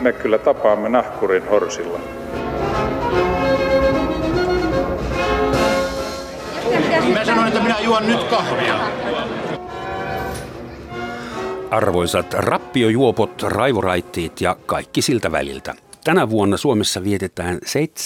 me kyllä tapaamme nahkurin horsilla. Mä sanoin, että minä juon nyt kahvia. Arvoisat rappiojuopot, raivoraittiit ja kaikki siltä väliltä. Tänä vuonna Suomessa vietetään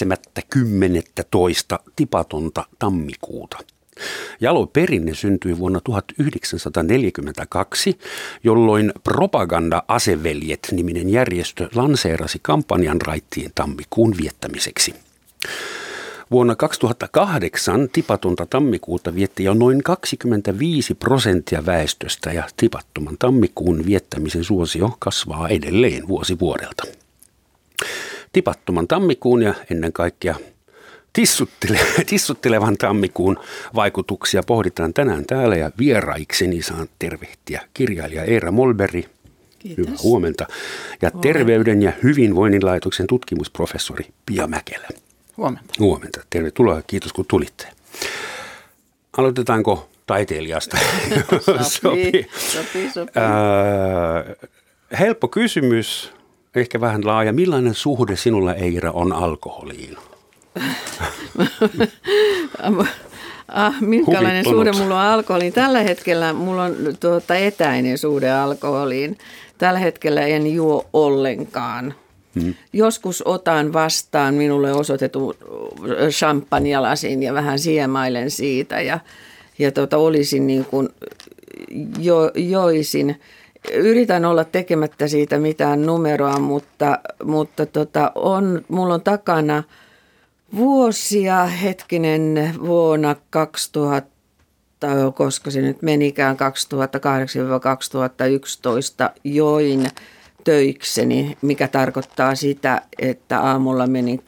70. tipatonta tammikuuta. Jalo perinne syntyi vuonna 1942, jolloin Propaganda-aseveljet-niminen järjestö lanseerasi kampanjan raittiin tammikuun viettämiseksi. Vuonna 2008 tipatonta tammikuuta vietti jo noin 25% väestöstä ja tipattoman tammikuun viettämisen suosio kasvaa edelleen vuosi vuodelta. Tipattoman tammikuun ja ennen kaikkea tissuttelevan tammikuun vaikutuksia pohditaan tänään täällä ja vieraikseni saan tervehtiä kirjailija Eera Mollberg. Kiitos. Hyvää huomenta. Ja Terveyden ja hyvinvoinnin laitoksen tutkimusprofessori Pia Mäkelä. Huomenta. Huomenta. Tervetuloa. Kiitos kun tulitte. Aloitetaanko taiteilijasta? Sopii. Helppo kysymys, ehkä vähän laaja. Millainen suhde sinulla, Eira, on alkoholiin? Minkälainen suhde mulla on alkoholiin? Tällä hetkellä mulla on etäinen suhde alkoholiin. Tällä hetkellä en juo ollenkaan. Joskus otan vastaan minulle osoitetun champagnelasin ja vähän siemailen siitä ja olisin niin kuin joisin. Yritän olla tekemättä siitä mitään numeroa, mutta mulla on takana vuosia, vuonna 2000, koska se nyt menikään 2008-2011, join töikseni, mikä tarkoittaa sitä, että aamulla menin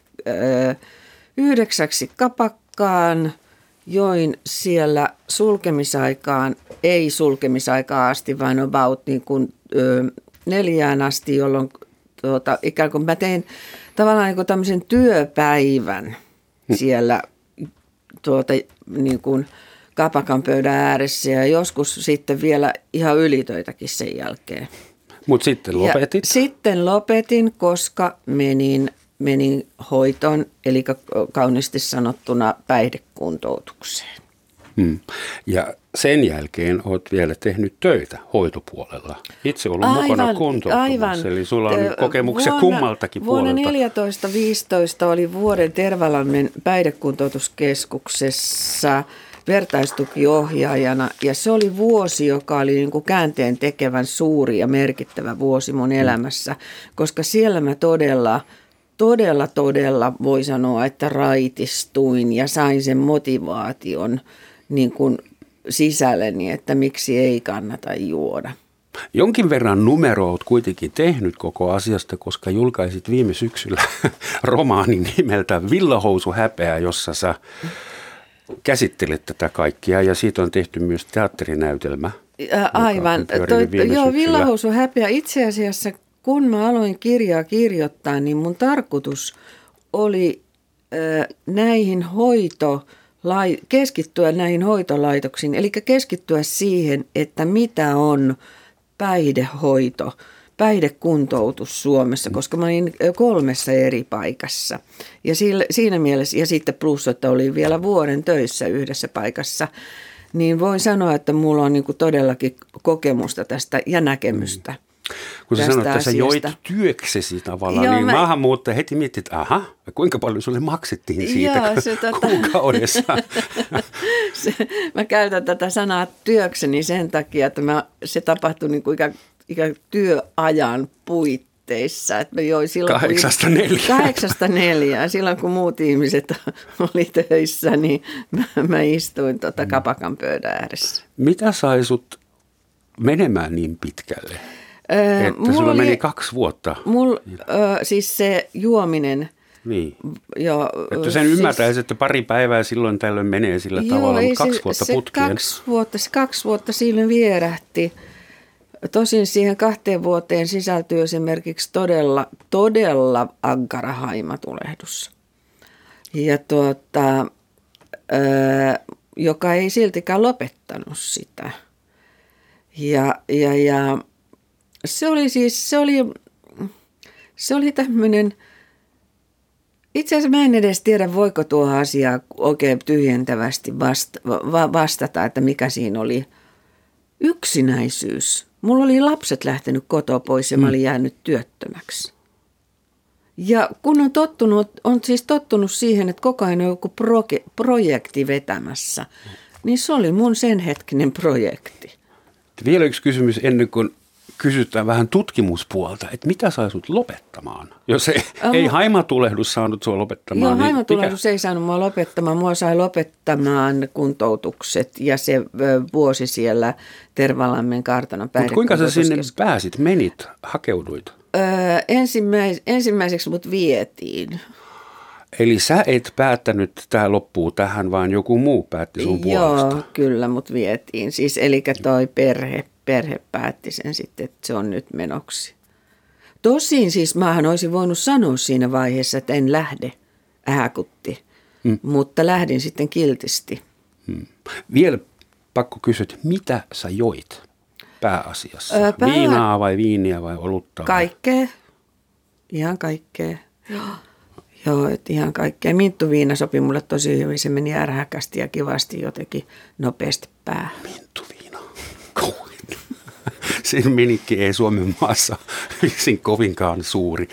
9 kapakkaan, join siellä sulkemisaikaan, ei sulkemisaikaan asti, vaan about niin kuin 4 asti, jolloin ikään kuin mä tein tavallaan niin kuin tämmöisen työpäivän siellä niin kuin kapakan pöydän ääressä ja joskus sitten vielä ihan ylitöitäkin sen jälkeen. Mutta sitten lopetit? Sitten lopetin, koska menin hoitoon, eli kauniisti sanottuna päihdekuntoutukseen. Ja sen jälkeen olet vielä tehnyt töitä hoitopuolella. Itse ollut mukana kuntoutumassa, eli sulla on kokemuksia kummaltakin puolelta. Vuonna 2014-2015 oli vuoden Tervalammen päihdekuntoutuskeskuksessa vertaistukiohjaajana, ja se oli vuosi, joka oli niin kuin käänteen tekevän suuri ja merkittävä vuosi mun elämässä, koska siellä mä todella voi sanoa, että raitistuin ja sain sen motivaation niin kuin sisälleni, että miksi ei kannata juoda. Jonkin verran numeroa olet kuitenkin tehnyt koko asiasta, koska julkaisit viime syksyllä romaanin nimeltä Villahousu häpeä, jossa sä käsittelet tätä kaikkia ja siitä on tehty myös teatterinäytelmä. Aivan. Villahousu häpeä. Itse asiassa kun mä aloin kirjaa kirjoittaa, niin mun tarkoitus oli keskittyä näihin hoitolaitoksiin, eli keskittyä siihen, että mitä on päihdehoito, päihdekuntoutus Suomessa, koska mä olin 3 eri paikassa. Ja siinä mielessä, ja sitten plus, että olin vielä vuoden töissä yhdessä paikassa, niin voin sanoa, että mulla on niin kuin todellakin kokemusta tästä ja näkemystä. Kun sä sanoit, että sä joit työksesi tavallaan, joo, niin maahanmuuttaja heti miettii, että kuinka paljon sulle maksettiin siitä kuukaudessa? Mä käytän tätä sanaa työkseni sen takia, että se tapahtui niin kuin ikään työajan puitteissa. Että mä join silloin 8-4. Silloin kun muut ihmiset oli töissä, niin mä istuin kapakan pöydän ääressä. Mitä sai sut menemään niin pitkälle? Että sulla meni 2 vuotta. Siis se juominen. Niin. Että sen ymmärtäisi, että pari päivää silloin tällöin menee sillä tavalla, mutta 2 vuotta putkeen. 2 vuotta silloin vierähti. Tosin siihen 2 vuoteen sisältyy esimerkiksi todella ankara haimatulehdus. Ja joka ei siltikään lopettanut sitä. Ja se Se oli tämmöinen, itse asiassa mä en edes tiedä, voiko tuohon asiaa oikein tyhjentävästi vastata, että mikä siinä oli. Yksinäisyys. Mulla oli lapset lähtenyt kotoa pois ja mä olin jäänyt työttömäksi. Ja kun on siis tottunut siihen, että koko ajan on joku projekti vetämässä, niin se oli mun sen hetkinen projekti. Vielä yksi kysymys ennen kuin kysytään vähän tutkimuspuolta, että mitä sai sut lopettamaan? Jos ei haimatulehdus saanut sua lopettamaan. Joo, niin haimatulehdus ei saanut mua lopettamaan. Mua sai lopettamaan kuntoutukset ja se vuosi siellä Tervalammen kartanon päihdekuntoutuskeskuksessa. Mutta kuinka sä sinne pääsit, menit, hakeuduit? Ensimmäiseksi mut vietiin. Eli sä et päättänyt, että tämä loppuu tähän, vaan joku muu päätti sun puolesta. Joo, kyllä mut vietiin. Siis, eli toi perhe päätti sen sitten, että se on nyt menoksi. Tosin siis maahan olisin voinut sanoa siinä vaiheessa, että en lähde, ähäkutti, mutta lähdin sitten kiltisti. Vielä pakko kysyä, että mitä sä joit pääasiassa? Viinaa vai viiniä vai olutta? Kaikkea, ihan kaikkea. Joo, että ihan kaikkea. Minttuviina sopi mulle tosi hyvin, se meni ärhäkästi ja kivasti jotenkin nopeasti päähän. Minttuviina, kauhean. Sen menikki ei Suomen maassa yksin kovinkaan suuri.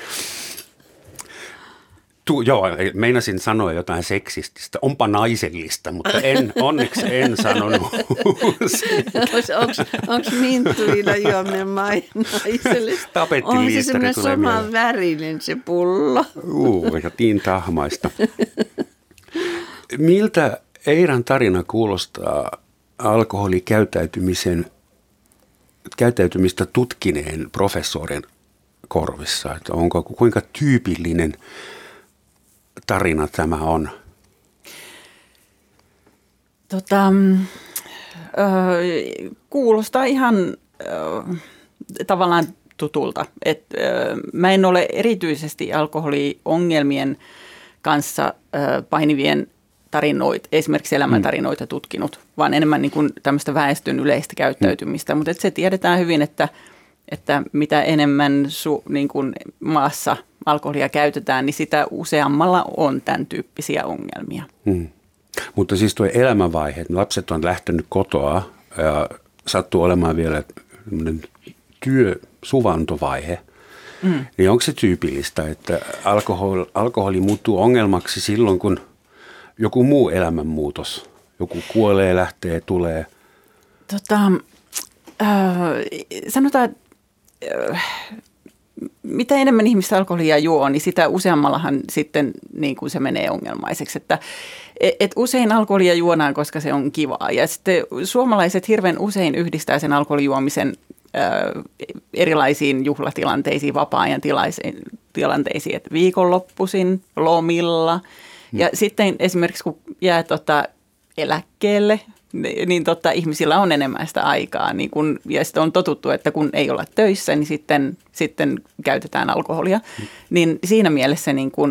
Joo, meinasin sanoa jotain seksististä. Onpa naisellista, mutta onneksi en sanonut. Onko minttuviina juominen naisellista? Tapettilistari on se semmoinen saman värinen se pullo. Ja niin tahmaista. Miltä Eiran tarina kuulostaa alkoholikäyttäytymistä tutkineen professorin korvissa? Että kuinka tyypillinen tarina tämä on? Kuulostaa ihan tavallaan tutulta. Mä en ole erityisesti alkoholiongelmien kanssa painivien tarinoita, esimerkiksi elämäntarinoita tutkinut, vaan enemmän niin kuin tämmöistä väestön yleistä käyttäytymistä. Mutta se tiedetään hyvin, että mitä enemmän niin kuin maassa alkoholia käytetään, niin sitä useammalla on tämän tyyppisiä ongelmia. Mutta siis tuo elämänvaihe, että lapset on lähtenyt kotoa ja sattuu olemaan vielä työsuvantovaihe, niin onko se tyypillistä, että alkoholi muuttuu ongelmaksi silloin, kun joku muu elämänmuutos, joku kuolee, lähtee, tulee? Sanotaan, että mitä enemmän ihmistä alkoholia juo, niin sitä useammallahan sitten niin kuin se menee ongelmaiseksi. Että usein alkoholia juodaan, koska se on kivaa. Ja sitten suomalaiset hirveän usein yhdistää sen alkoholijuomisen erilaisiin juhlatilanteisiin, vapaa-ajan tilanteisiin, että viikonloppuisin, lomilla. Ja sitten esimerkiksi kun jää eläkkeelle, niin ihmisillä on enemmän sitä aikaa. Niin ja sitten on totuttu, että kun ei olla töissä, niin sitten käytetään alkoholia. Niin siinä mielessä niin kun,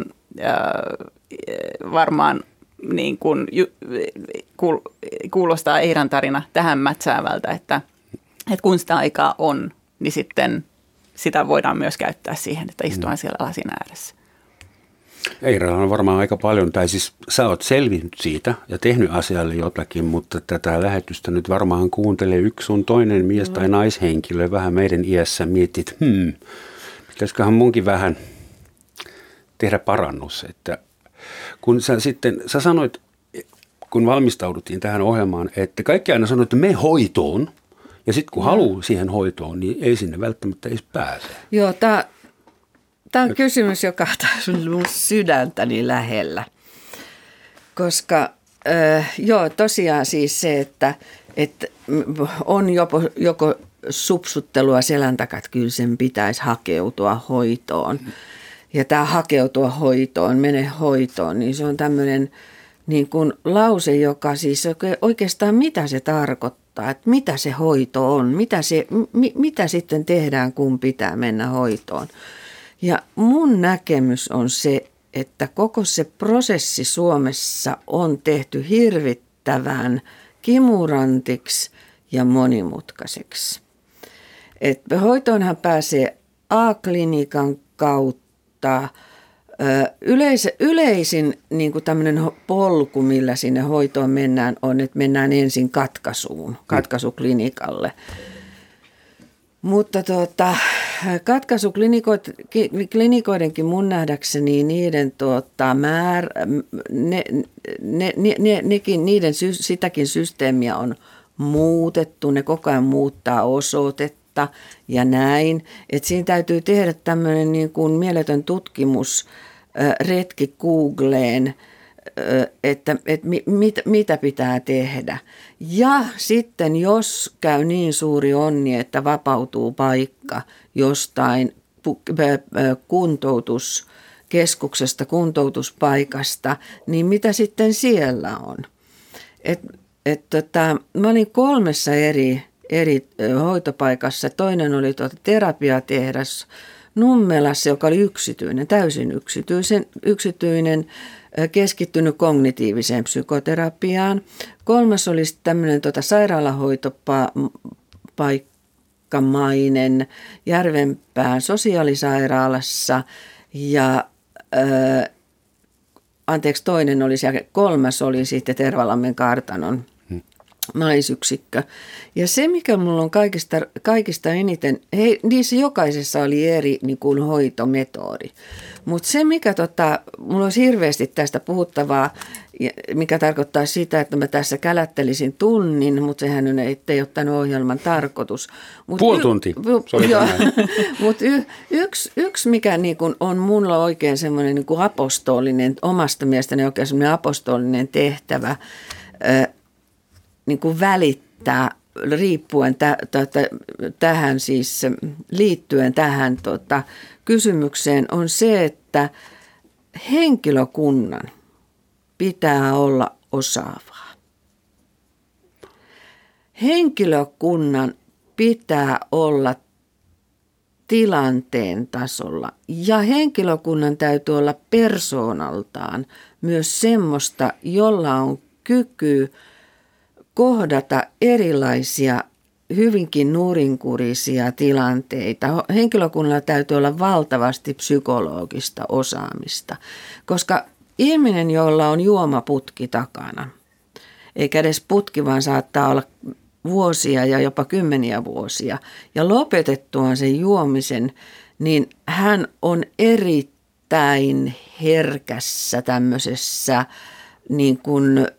varmaan niin kun, kuulostaa Eiran tarina tähän mätsäävältä, että kun sitä aikaa on, niin sitten sitä voidaan myös käyttää siihen, että istutaan siellä lasin ääressä. Eiralla on varmaan aika paljon, tai siis sä oot selvinnyt siitä ja tehnyt asialle jotakin, mutta tätä lähetystä nyt varmaan kuuntelee yksi sun toinen mies tai naishenkilö vähän meidän iässä mietit, pitäisiköhän munkin vähän tehdä parannus, että kun sä sanoit, kun valmistauduttiin tähän ohjelmaan, että kaikki aina sanoo, että me hoitoon, ja sitten kun haluaa siihen hoitoon, niin ei sinne välttämättä edes pääse. Joo, tämä on kysymys, joka on mun sydäntäni lähellä, koska tosiaan siis se, että on joko supsuttelua selän takaa, että kyllä sen pitäisi hakeutua hoitoon. Ja tämä hakeutua hoitoon, mene hoitoon, niin se on tämmöinen niin kuin lause, joka siis oikeastaan mitä se tarkoittaa, että mitä se hoito on, mitä sitten tehdään, kun pitää mennä hoitoon. Ja mun näkemys on se, että koko se prosessi Suomessa on tehty hirvittävän kimurantiksi ja monimutkaiseksi. Et hoitoonhan pääsee A-klinikan kautta yleisin niin kuin tämmöinen polku, millä sinne hoitoon mennään, on, että mennään ensin katkaisuklinikalle. Mutta katkaisuklinikoidenkin mun nähdäkseni niiden sitäkin systeemiä on muutettu, ne koko ajan muuttaa osoitetta ja näin. Että siinä täytyy tehdä tämmöinen niin kuin mieletön tutkimus, retki Googleen, että mitä pitää tehdä. Ja sitten jos käy niin suuri onni, että vapautuu paikka jostain kuntoutuskeskuksesta, kuntoutuspaikasta, niin mitä sitten siellä on? Mä olin 3 eri hoitopaikassa. Toinen oli terapiatehdas Nummelassa, joka oli yksityinen, täysin yksityinen, keskittynyt kognitiiviseen psykoterapiaan. 3 oli tämmöinen sairaalaheittopaikkamainen Järvenpään sosiaalisairaalassa ja toinen oli siellä, 3 oli sitten Tervalammen kartanon naisyksikkö. Ja se, mikä mulla on kaikista eniten, niissä jokaisessa oli eri niin kuin hoitometodi. Mutta se, mikä mulla olisi hirveästi tästä puhuttavaa, mikä tarkoittaa sitä, että mä tässä kälättelisin tunnin, mutta sehän ei ole tämän ohjelman tarkoitus. Puoli tuntia. Mutta yksi, mikä niin kun on mulla oikein semmoinen niin kuin apostolinen, omasta mielestäni oikein semmoinen apostolinen tehtävä, niin kuin välittää riippuen tähän siis liittyen tähän kysymykseen on se, että henkilökunnan pitää olla osaavaa. Henkilökunnan pitää olla tilanteen tasolla ja henkilökunnan täytyy olla persoonaltaan myös semmoista, jolla on kyky kohdata erilaisia hyvinkin nurinkurisia tilanteita. Henkilökunnalla täytyy olla valtavasti psykologista osaamista, koska ihminen, jolla on juomaputki takana, eikä edes putki, vaan saattaa olla vuosia ja jopa 10 vuosia, ja lopetettuaan sen juomisen, niin hän on erittäin herkässä tämmöisessä niin kuin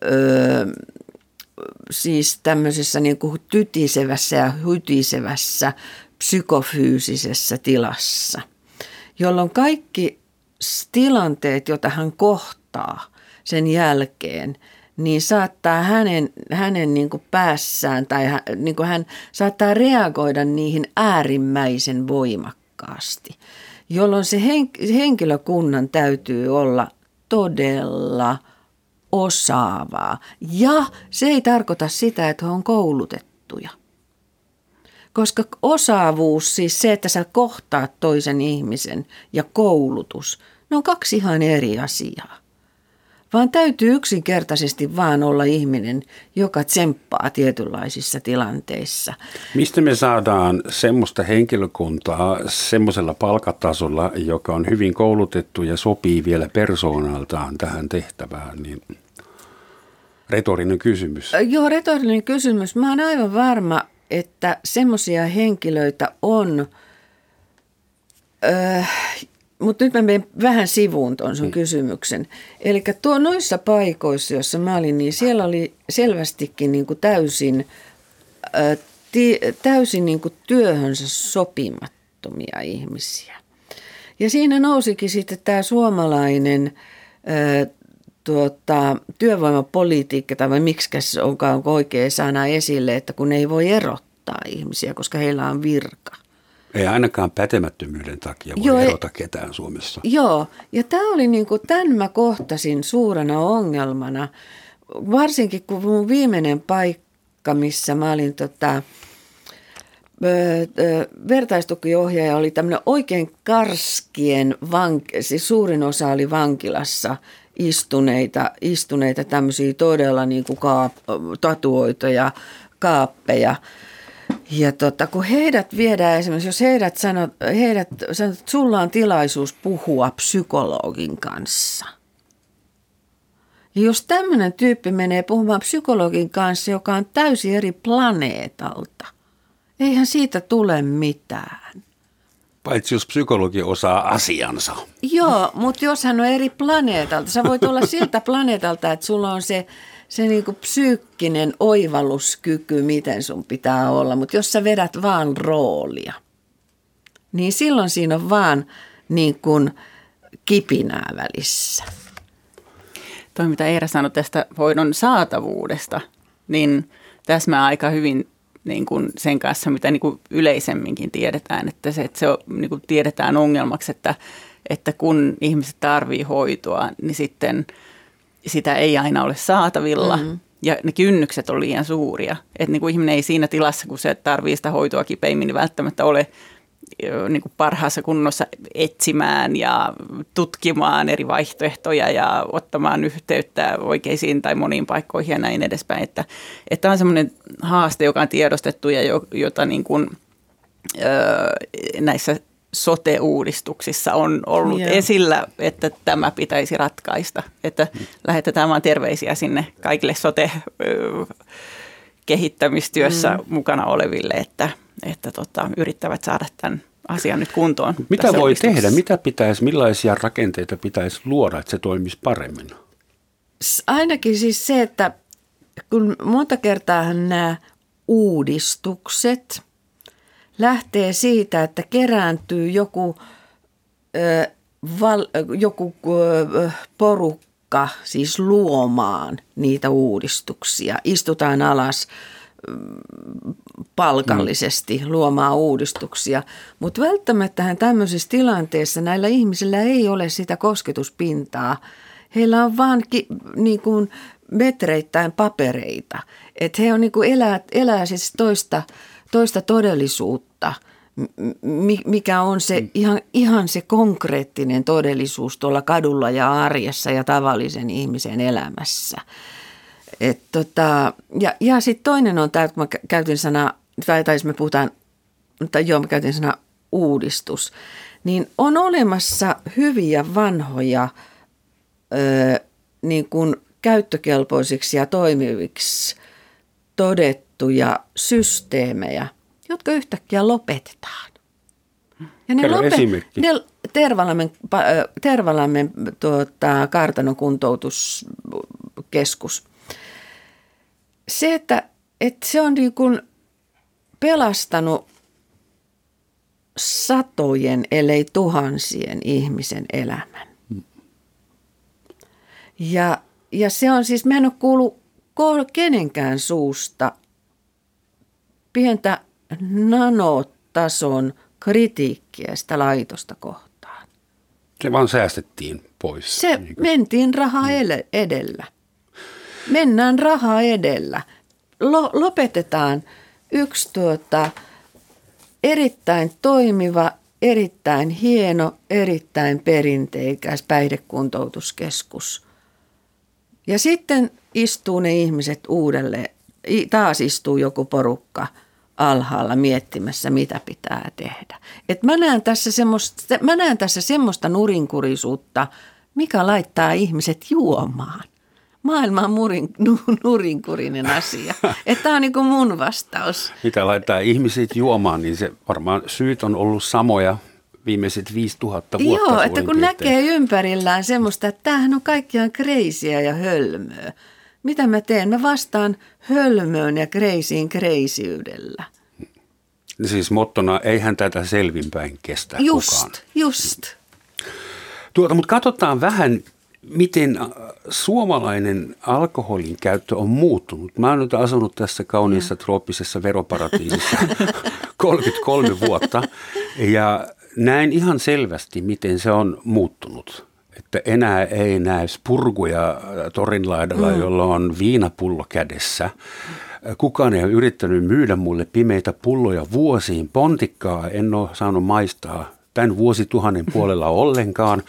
siis tämmöisessä niin kuin tytisevässä ja hytisevässä psykofyysisessä tilassa, jolloin kaikki tilanteet, joita hän kohtaa sen jälkeen, niin saattaa hänen niin kuin päässään tai niin kuin hän saattaa reagoida niihin äärimmäisen voimakkaasti, jolloin se henkilökunnan täytyy olla todella osaavaa. Ja se ei tarkoita sitä, että he on koulutettuja. Koska osaavuus, siis se, että sä kohtaat toisen ihmisen ja koulutus, ne on 2 ihan eri asiaa. Vaan täytyy yksinkertaisesti vaan olla ihminen, joka tsemppaa tietynlaisissa tilanteissa. Mistä me saadaan semmoista henkilökuntaa semmoisella palkatasolla, joka on hyvin koulutettu ja sopii vielä persoonaltaan tähän tehtävään? Niin retorinen kysymys. Joo, retorinen kysymys. Mä oon aivan varma, että semmoisia henkilöitä on, mutta nyt mä menen vähän sivuun tuon sun kysymyksen. Eli noissa paikoissa, joissa mä olin, niin siellä oli selvästikin niin kuin täysin niin kuin työhönsä sopimattomia ihmisiä. Ja siinä nousikin sitten tämä suomalainen työvoimapolitiikka, tai miksikä se onkaan oikea sana esille, että kun ei voi erottaa ihmisiä, koska heillä on virka. Ei ainakaan pätemättömyyden takia voi erota ketään Suomessa. Joo, ja tämä oli tämän mä kohtasin suurena ongelmana, varsinkin kun mun viimeinen paikka, missä mä olin vertaistukiohjaaja, oli tämmöinen oikein karskien, siis suurin osa oli vankilassa istuneita tämmöisiä todella niin kuin tatuoituja kaappeja. Ja kun heidät viedään esimerkiksi, jos heidät sanot, että sulla on tilaisuus puhua psykologin kanssa. Ja jos tämmöinen tyyppi menee puhumaan psykologin kanssa, joka on täysin eri planeetalta, eihän siitä tule mitään. Paitsi jos psykologi osaa asiansa. Joo, mutta jos hän on eri planeetalta, sä voit olla siltä planeetalta, että sulla on se niinku psyykkinen oivalluskyky, miten sun pitää olla. Mutta jos sä vedät vaan roolia, niin silloin siinä on vaan niin kuin kipinää välissä. Toi, mitä Eera sanoi tästä hoidon saatavuudesta, niin täsmää aika hyvin niin kuin sen kanssa, mitä niin kuin yleisemminkin tiedetään, että se on, niin kuin tiedetään ongelmaksi, että kun ihmiset tarvitsee hoitoa, niin sitten sitä ei aina ole saatavilla. Mm-hmm. Ja ne kynnykset on liian suuria. Että niin kuin ihminen ei siinä tilassa, kun se tarvitsee sitä hoitoa kipeimmin, niin välttämättä ole niin kuin parhaassa kunnossa etsimään ja tutkimaan eri vaihtoehtoja ja ottamaan yhteyttä oikeisiin tai moniin paikkoihin ja näin edespäin. Että on semmoinen haaste, joka on tiedostettu ja jota niin kuin, näissä sote-uudistuksissa on ollut esillä, että tämä pitäisi ratkaista. Että lähetetään vaan terveisiä sinne kaikille sote-kehittämistyössä mukana oleville, että yrittävät saada tämän asian nyt kuntoon. Mitä voi tehdä? Millaisia rakenteita pitäisi luoda, että se toimisi paremmin? Ainakin siis se, että kun monta kertaa nämä uudistukset lähtee siitä, että kerääntyy joku porukka siis luomaan niitä uudistuksia. Istutaan alas palkallisesti luomaan uudistuksia, mutta välttämättähän tämmöisessä tilanteessa näillä ihmisillä ei ole sitä kosketuspintaa. Heillä on vaan niin kuin metreittäin papereita, että he on niin kuin elää siis toista todellisuutta, mikä on se ihan se konkreettinen todellisuus tuolla kadulla ja arjessa ja tavallisen ihmisen elämässä. Ja sitten toinen on tämä, kun mä käytin sanaa, mä käytin sanaa uudistus, niin on olemassa hyviä vanhoja niin kuin käyttökelpoisiksi ja toimiviksi todettuja systeemejä, jotka yhtäkkiä lopetetaan. Ja esimerkki. Tervalammen kartanon kuntoutuskeskus. Se, että se on niin kuin pelastanut satojen, ellei tuhansien ihmisen elämän. Ja se on siis, mä en ole kuullut kenenkään suusta pientä nanotason kritiikkiä sitä laitosta kohtaan. Se vaan säästettiin pois. Se mentiin rahaa edellä. Mennään rahaa edellä. Lopetetaan yksi erittäin toimiva, erittäin hieno, erittäin perinteikäs päihdekuntoutuskeskus. Ja sitten istuu ne ihmiset uudelleen. Taas istuu joku porukka alhaalla miettimässä, mitä pitää tehdä. Et mä näen tässä semmoista nurinkurisuutta, mikä laittaa ihmiset juomaan. Maailma on nurinkurinen asia. Tämä on niin kuin mun vastaus. Mitä laittaa ihmiset juomaan, niin se varmaan syyt on ollut samoja viimeiset 5000 vuotta. Joo, että kun näkee ympärillään semmoista, että tämähän on kaikkiaan kreisiä ja hölmöä. Mitä mä teen? Mä vastaan hölmöön ja kreisyydellä. Siis mottona, eihän tätä selvinpäin kestä kukaan. Just. Mutta katsotaan vähän, miten suomalainen alkoholin käyttö on muuttunut. Mä oon nyt asunut tässä kauniissa trooppisessa veroparatiisissa 33 vuotta ja näin ihan selvästi, miten se on muuttunut. Että enää ei näe spurguja torin laidalla, jolla on viinapullo kädessä. Kukaan ei ole yrittänyt myydä mulle pimeitä pulloja vuosiin. Pontikkaa en ole saanut maistaa tämän vuosituhannen puolella ollenkaan.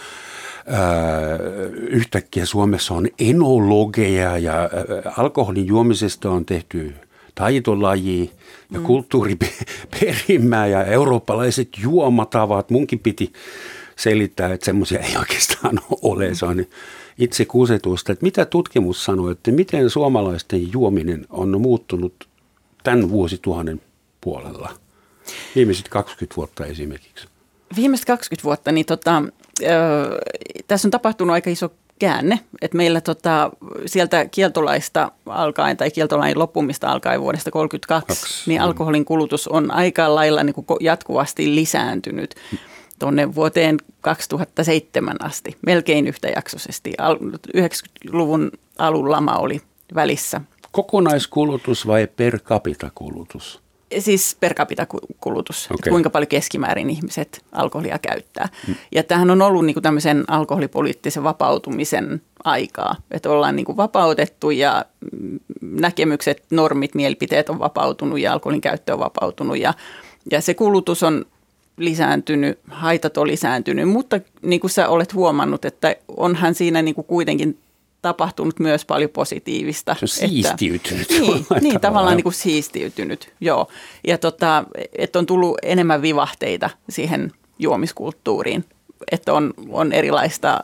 Yhtäkkiä Suomessa on enologeja ja alkoholin juomisesta on tehty taitolaji ja kulttuuriperimää ja eurooppalaiset juomatavat. Munkin piti selittää, että semmoisia ei oikeastaan ole. Se on itse kusetusta. Että mitä tutkimus sanoo, että miten suomalaisten juominen on muuttunut tämän vuosituhannen puolella? Viimeiset 20 vuotta esimerkiksi. Viimeiset 20 vuotta, niin tässä on tapahtunut aika iso käänne, että meillä sieltä kieltolaista alkaen tai kieltolain loppumista alkaen vuodesta 1932, niin alkoholin kulutus on aika lailla niin kuin jatkuvasti lisääntynyt tuonne vuoteen 2007 asti, melkein yhtäjaksoisesti. 90-luvun alun lama oli välissä. Kokonaiskulutus vai per capita kulutus? Siis per capita kulutus, okay. Kuinka paljon keskimäärin ihmiset alkoholia käyttää. Ja tämähän on ollut niin kuin tämmöisen alkoholipoliittisen vapautumisen aikaa, että ollaan niin kuin vapautettu ja näkemykset, normit, mielipiteet on vapautunut ja alkoholin käyttö on vapautunut ja se kulutus on lisääntynyt, haitat on lisääntynyt, mutta niin kuin sä olet huomannut, että onhan siinä niin kuin kuitenkin tapahtunut myös paljon positiivista. Se on siistiytynyt. Niin tavallaan niin kuin siistiytynyt, joo. Ja että on tullut enemmän vivahteita siihen juomiskulttuuriin, että on erilaista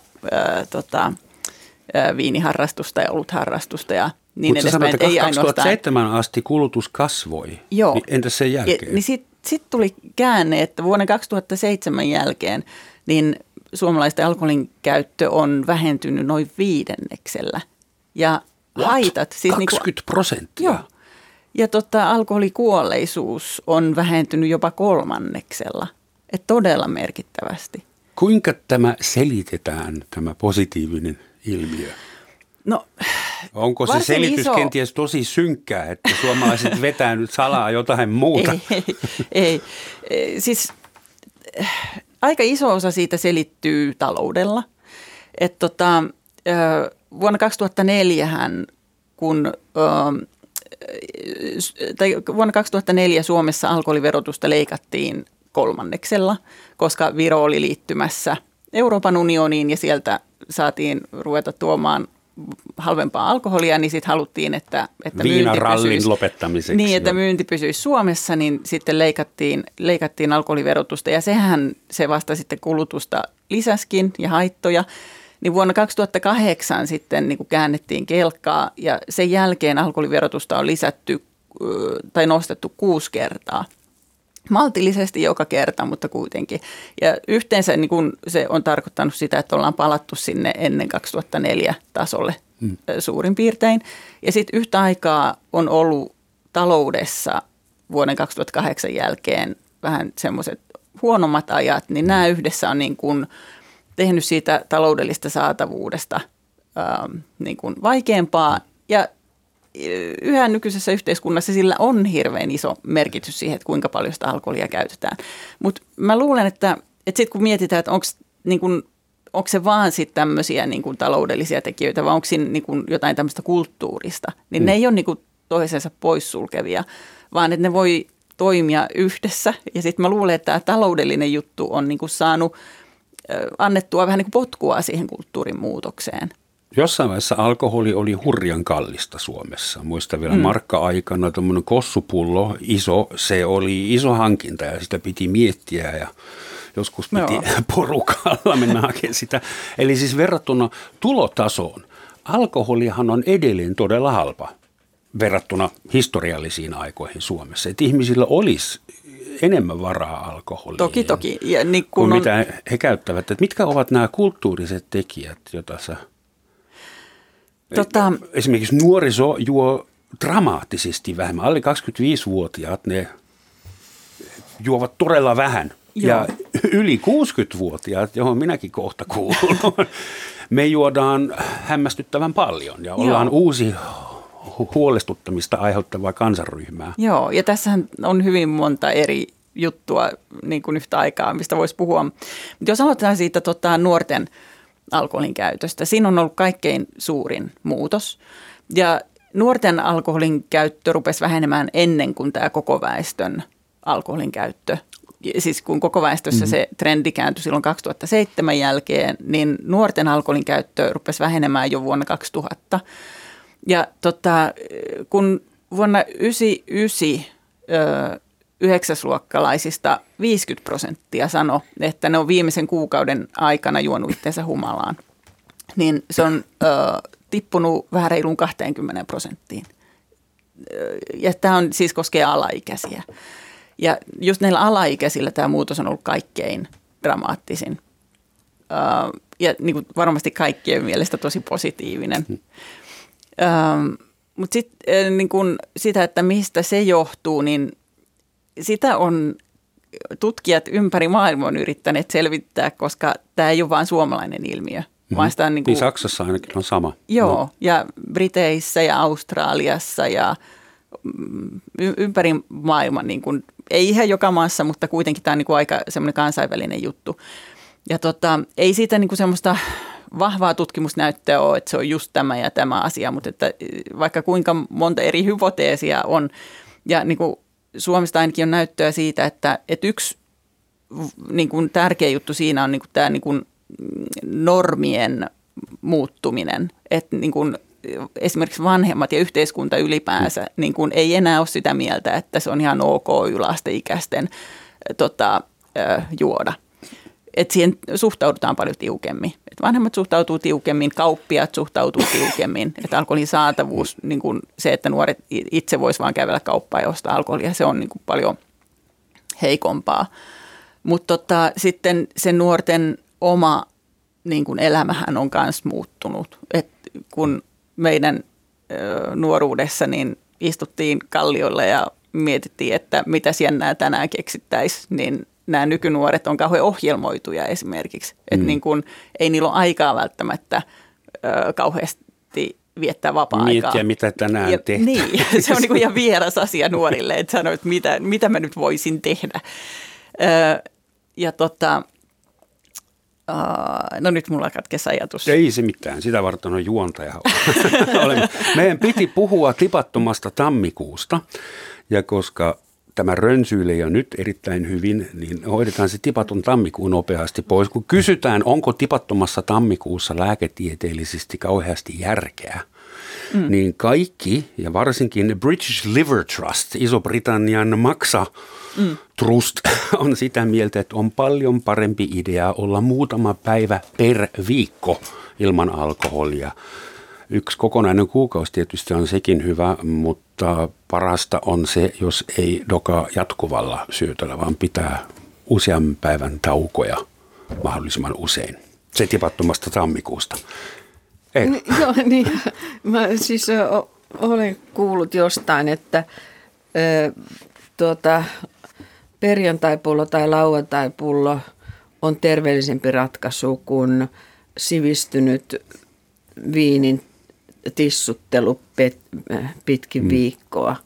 viiniharrastusta ja olutharrastusta ja niin edespäin. Mutta sä sanoit, että 2007 asti kulutus kasvoi. Joo. Niin entäs sen jälkeen? Niin sitten tuli käänne, että vuonna 2007 jälkeen niin suomalaisten alkoholin käyttö on vähentynyt noin 5%. Ja haitat. Siis 20%? Joo. Ja alkoholikuolleisuus on vähentynyt jopa 3%. Että todella merkittävästi. Kuinka tämä selitetään, tämä positiivinen ilmiö? No, onko se selitys kenties tosi synkkää, että suomalaiset vetää nyt salaa jotain muuta? Ei. Siis aika iso osa siitä selittyy taloudella. Että vuonna 2004 vuonna 2004 Suomessa alkoholiverotusta leikattiin 3%, koska Viro oli liittymässä Euroopan unioniin ja sieltä saatiin ruveta tuomaan halvempaa alkoholia, niin sitten haluttiin, että viinarallin lopettamiseksi. Niin, että myynti pysyisi Suomessa, niin sitten leikattiin alkoholiverotusta ja se vasta sitten kulutusta lisäskin ja haittoja. Niin vuonna 2008 sitten niin kuin käännettiin kelkkaa ja sen jälkeen alkoholiverotusta on lisätty tai nostettu 6 kertaa. Maltillisesti joka kerta, mutta kuitenkin. Ja yhteensä niin kun se on tarkoittanut sitä, että ollaan palattu sinne ennen 2004 tasolle suurin piirtein. Ja sitten yhtä aikaa on ollut taloudessa vuoden 2008 jälkeen vähän semmoiset huonommat ajat, niin nämä yhdessä on niin kun tehnyt siitä taloudellista saatavuudesta niin kun vaikeampaa ja yhä nykyisessä yhteiskunnassa sillä on hirveän iso merkitys siihen, että kuinka paljon sitä alkoholia käytetään. Mutta mä luulen, että sitten kun mietitään, että onko se vaan sitten tämmöisiä niin kuin taloudellisia tekijöitä vai onko siinä niin kuin jotain tämmöistä kulttuurista, niin ne ei ole niin kuin toisensa poissulkevia, vaan että ne voi toimia yhdessä. Ja sitten mä luulen, että tämä taloudellinen juttu on niin kuin saanut annettua vähän niin kuin potkua siihen kulttuurin muutokseen. Jossain vaiheessa alkoholi oli hurjan kallista Suomessa. Muistan vielä markka-aikana tuommoinen kossupullo iso, se oli iso hankinta ja sitä piti miettiä ja joskus piti porukalla mennä hakemaan sitä. Eli siis verrattuna tulotasoon, alkoholihan on edelleen todella halpa verrattuna historiallisiin aikoihin Suomessa. Että ihmisillä olisi enemmän varaa alkoholiin. Toki. Ja niin kuin mitä he käyttävät. Että mitkä ovat nämä kulttuuriset tekijät, joita sä... Esimerkiksi nuoriso juo dramaattisesti vähemmän. Alle 25-vuotiaat ne juovat todella vähän. Joo. Ja yli 60-vuotiaat, johon minäkin kohta kuulun, me juodaan hämmästyttävän paljon ja ollaan uusi huolestuttamista aiheuttavaa kansanryhmää. Joo, ja tässähän on hyvin monta eri juttua niin kuin yhtä aikaa, mistä voisi puhua. Mutta jos aloitetaan siitä nuorten alkoholin käytöstä. Siinä on ollut kaikkein suurin muutos ja nuorten alkoholin käyttö rupesi vähenemään ennen kuin tämä koko väestön alkoholin käyttö. Siis kun koko väestössä se trendi kääntyi silloin 2007 jälkeen, niin nuorten alkoholin käyttö rupesi vähenemään jo vuonna 2000. Ja kun vuonna 1999 yhdeksäsluokkalaisista 50% sanoi, että ne on viimeisen kuukauden aikana juonut itsensä humalaan. Niin se on tippunut vähän reiluun 20%. Ja tämä on siis koskee alaikäisiä. Ja just näillä alaikäisillä tämä muutos on ollut kaikkein dramaattisin. Ja niin kuin varmasti kaikkien mielestä tosi positiivinen. Mutta sitten niin kuin sitä, että mistä se johtuu, niin sitä on tutkijat ympäri maailmaa on yrittäneet selvittää, koska tämä ei ole vain suomalainen ilmiö. Vaan sitä on niin Saksassa ainakin on sama. Joo, ja Briteissä ja Australiassa ja ympäri maailman, niin kuin, ei ihan joka maassa, mutta kuitenkin tämä on niin kuin aika semmoinen kansainvälinen juttu. Ja ei siitä niin kuin semmoista vahvaa tutkimusnäyttöä ole, että se on just tämä ja tämä asia, mutta että vaikka kuinka monta eri hypoteesia on, ja niin kuin Suomesta ainakin on näyttöä siitä, että yksi niin kuin tärkeä juttu siinä on niin kuin tämä niin kuin normien muuttuminen, että niin kuin esimerkiksi vanhemmat ja yhteiskunta ylipäänsä niin kuin ei enää ole sitä mieltä, että se on ihan ok yläasteikäisten juoda. Että siihen suhtaudutaan paljon tiukemmin. Et vanhemmat suhtautuu tiukemmin, kauppiaat suhtautuu tiukemmin. Että alkoholin saatavuus, niin kuin se, että nuoret itse vois vaan kävellä kauppaan ja ostaa alkoholia, se on niin kuin paljon heikompaa. Mutta sitten se nuorten oma niin kuin elämähän on myös muuttunut. Et kun meidän nuoruudessa niin istuttiin kalliolla ja mietittiin, että mitä jännää tänään keksittäisiin, niin nämä nykynuoret on kauhean ohjelmoituja esimerkiksi. Että niin kun, ei niillä ole aikaa välttämättä kauheasti viettää vapaa-aikaa. Miettiä, mitä tänään tehdään. Niin, se on niin kuin ihan vieras asia nuorille, että sanoo, että mitä mä nyt voisin tehdä. No nyt mulla katkesi ajatus. Ei se mitään, sitä varten on juontaja. Meidän piti puhua tipattomasta tammikuusta, ja koska tämä rönsyilee jo nyt erittäin hyvin, niin hoidetaan se tipaton tammikuu nopeasti pois. Kun kysytään, onko tipattomassa tammikuussa lääketieteellisesti kauheasti järkeä, niin kaikki, ja varsinkin British Liver Trust, Iso-Britannian Maxa Trust, on sitä mieltä, että on paljon parempi idea olla muutama päivä per viikko ilman alkoholia. Yksi kokonainen kuukausi tietysti on sekin hyvä, mutta parasta on se, jos ei dokaa jatkuvalla syötöllä, vaan pitää useamman päivän taukoja mahdollisimman usein. Se tipattomasta tammikuusta. Joo, niin. Mä siis olen kuullut jostain, että perjantaipullo tai lauantaipullo on terveellisempi ratkaisu kuin sivistynyt viinin tissuttelu pitkin viikkoa.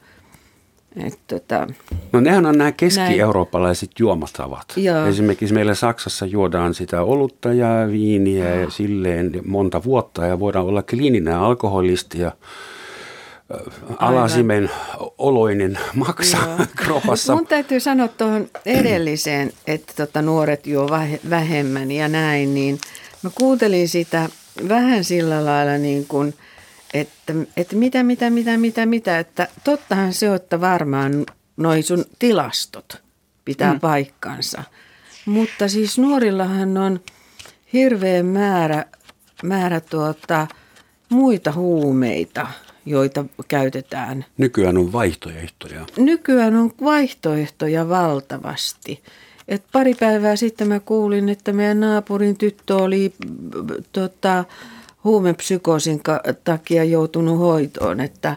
No nehän on nämä keski-eurooppalaiset juomatavat. Joo. Esimerkiksi meillä Saksassa juodaan sitä olutta ja viiniä ja silleen monta vuotta ja voidaan olla kliininen alkoholisti ja alasimen oloinen maksaa kropassa. Mun täytyy sanoa tuohon edelliseen, että nuoret juo vähemmän ja näin, niin mä kuuntelin sitä vähän sillä lailla niin kuin, että mitä, että tottahan se on, että varmaan noi sun tilastot pitää paikkansa. Mutta siis nuorillahan on hirveä määrä muita huumeita, joita käytetään. Nykyään on vaihtoehtoja. Nykyään on vaihtoehtoja valtavasti. Et pari päivää sitten mä kuulin, että meidän naapurin tyttö oli huumepsykoosin takia joutunut hoitoon, että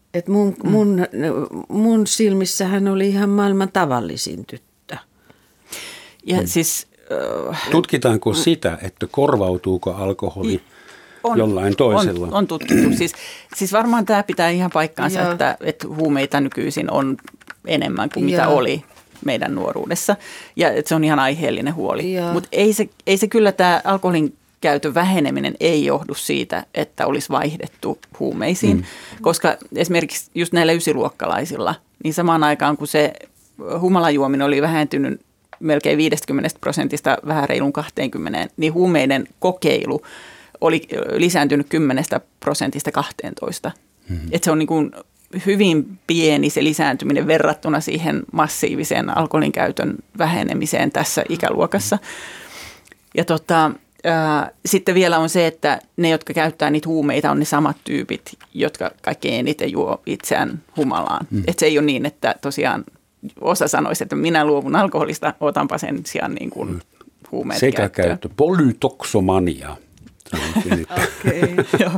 mun silmissä hän oli ihan maailman tavallisin tyttö. Ja siis, tutkitaanko sitä, että korvautuuko alkoholi jollain toisella? On tutkittu. Siis varmaan tämä pitää ihan paikkaansa, että huumeita nykyisin on enemmän kuin mitä oli meidän nuoruudessa. Ja että se on ihan aiheellinen huoli. Mutta ei se kyllä tämä alkoholin käytön väheneminen ei johdu siitä, että olisi vaihdettu huumeisiin, koska esimerkiksi just näillä ysiluokkalaisilla, niin samaan aikaan kun se humalajuominen oli vähentynyt melkein 50% vähän reilun 20%, niin huumeiden kokeilu oli lisääntynyt 10% 12%. Että se on niin kuin hyvin pieni se lisääntyminen verrattuna siihen massiiviseen alkoholin käytön vähenemiseen tässä ikäluokassa. Ja sitten vielä on se, että ne, jotka käyttää niitä huumeita, on ne samat tyypit, jotka kaikkein eniten juo itseään humalaan. Että se ei ole niin, että tosiaan osa sanoisi, että minä luovun alkoholista, otanpa sen sijaan niin kuin huumeet käyttöön. Sekä polytoksomania. Okei.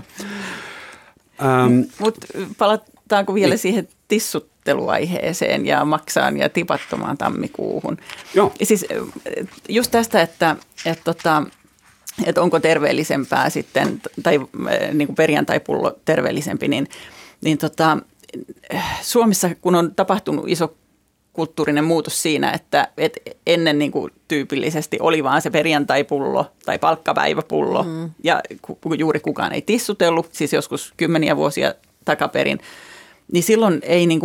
Mutta palataanko vielä siihen tissutteluaiheeseen ja maksaan ja tipattomaan tammikuuhun? Joo. Siis just tästä, että onko terveellisempää sitten, tai niin kuin perjantaipullo terveellisempi, niin Suomessa kun on tapahtunut iso kulttuurinen muutos siinä, että ennen niin kuin tyypillisesti oli vaan se perjantaipullo tai palkkapäiväpullo ja juuri kukaan ei tissutellut, siis joskus kymmeniä vuosia takaperin, niin silloin ei niin kuin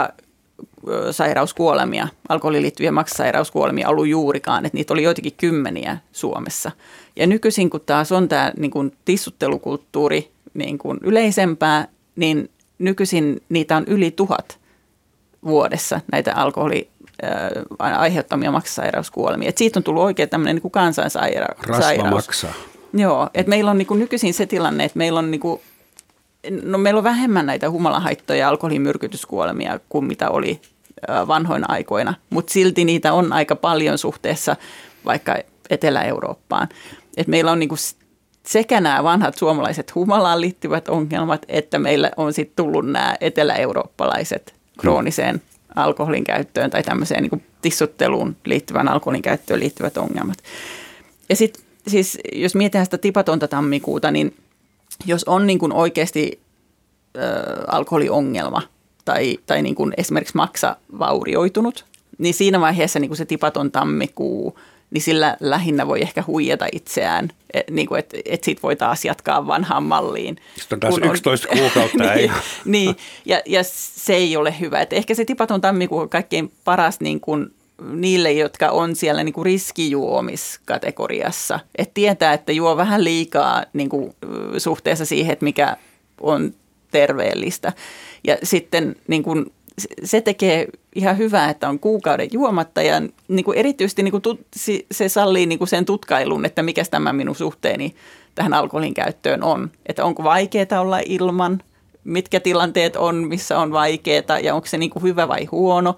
maksasairauskuolemia, alkoholiin liittyviä maksasairauskuolemia ollut juurikaan, että niitä oli joitakin kymmeniä Suomessa. Ja nykyisin kun taas on tämä niin kuin tissuttelukulttuuri niin kuin yleisempää, niin nykyisin niitä on yli 1000 vuodessa näitä alkoholin aiheuttamia maksasairauskuolemia. Et siitä on tullut oikein tämmöinen niin kuin kansansairaus. Rasva maksaa. Joo, että meillä on niin kuin nykyisin se tilanne, että meillä on, niin kuin, meillä on vähemmän näitä humalahaittoja ja alkoholimyrkytyskuolemia kuin mitä oli vanhoina aikoina, mutta silti niitä on aika paljon suhteessa vaikka Etelä-Eurooppaan. Et meillä on niin kuin sekä nämä vanhat suomalaiset humalaan liittyvät ongelmat, että meillä on sitten tullut nämä etelä-eurooppalaiset krooniseen alkoholin käyttöön tai tämmöiseen niin kuin tissutteluun liittyvän alkoholin käyttöön liittyvät ongelmat. Ja sitten siis, jos mietitään sitä tipatonta tammikuuta, niin jos on niin kuin oikeasti alkoholiongelma tai niin kuin esimerkiksi maksa vaurioitunut, niin siinä vaiheessa niin kuin se tipaton tammikuu, niin sillä lähinnä voi ehkä huijata itseään, niin että siitä voi taas jatkaa vanhaan malliin. Sitten on taas 11 kuukautta. Niin, ja se ei ole hyvä. Et ehkä se tipaton tammikuu on kaikkein paras niin kuin niille, jotka on siellä niin kuin riskijuomiskategoriassa. Että tietää, että juo vähän liikaa niin kuin suhteessa siihen, että mikä on terveellistä. Ja sitten niin kuin se tekee ihan hyvää, että on kuukauden juomatta ja niin kuin erityisesti niin kuin se sallii niin kuin sen tutkailun, että mikä tämä minun suhteeni tähän alkoholin käyttöön on. Että onko vaikeaa olla ilman, mitkä tilanteet on, missä on vaikeaa ja onko se niin kuin hyvä vai huono.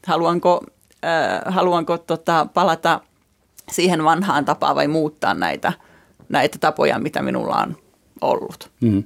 Haluanko palata siihen vanhaan tapaan vai muuttaa näitä tapoja, mitä minulla on ollut. Mm.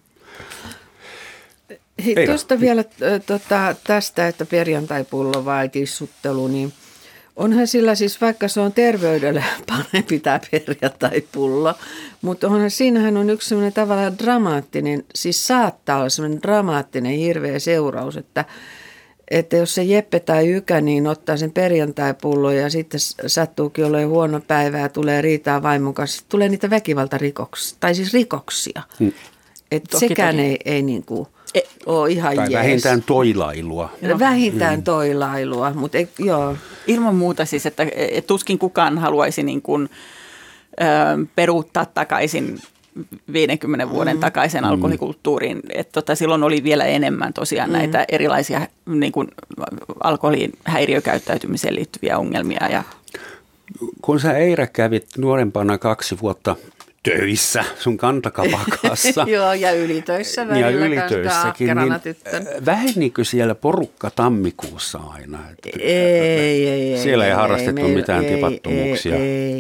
Tuosta vielä tästä, että perjantaipullo vai tissuttelu, niin onhan sillä siis, vaikka se on terveydelle parempi tämä perjantaipullo, mutta siinähän on yksi sellainen tavallaan dramaattinen, siis saattaa olla sellainen dramaattinen hirveä seuraus, että jos se Jeppe tai Ykä niin ottaa sen perjantaipullon ja sitten sattuukin olla huono päivä ja tulee riitaa vaimon kanssa, tulee niitä väkivaltarikoksia, tai siis rikoksia. Että sekään ei niin kuin ole ihan tai vähintään toilailua. Vähintään toilailua, mutta joo. Ilman muuta siis, että tuskin kukaan haluaisi niin kuin, peruuttaa takaisin 50 vuoden takaisen alkoholikulttuuriin. Että silloin oli vielä enemmän tosiaan näitä erilaisia niin kuin alkoholin häiriökäyttäytymiseen liittyviä ongelmia. Ja kun sä Eira kävit nuorempana 2 vuotta töissä sun kantakapakassa. Joo, ja ylitöissä välillä. Ja ylitöissäkin. Niin vähenikö siellä porukka tammikuussa aina? Ei. Siellä ei harrastettu mitään tipattomuuksia.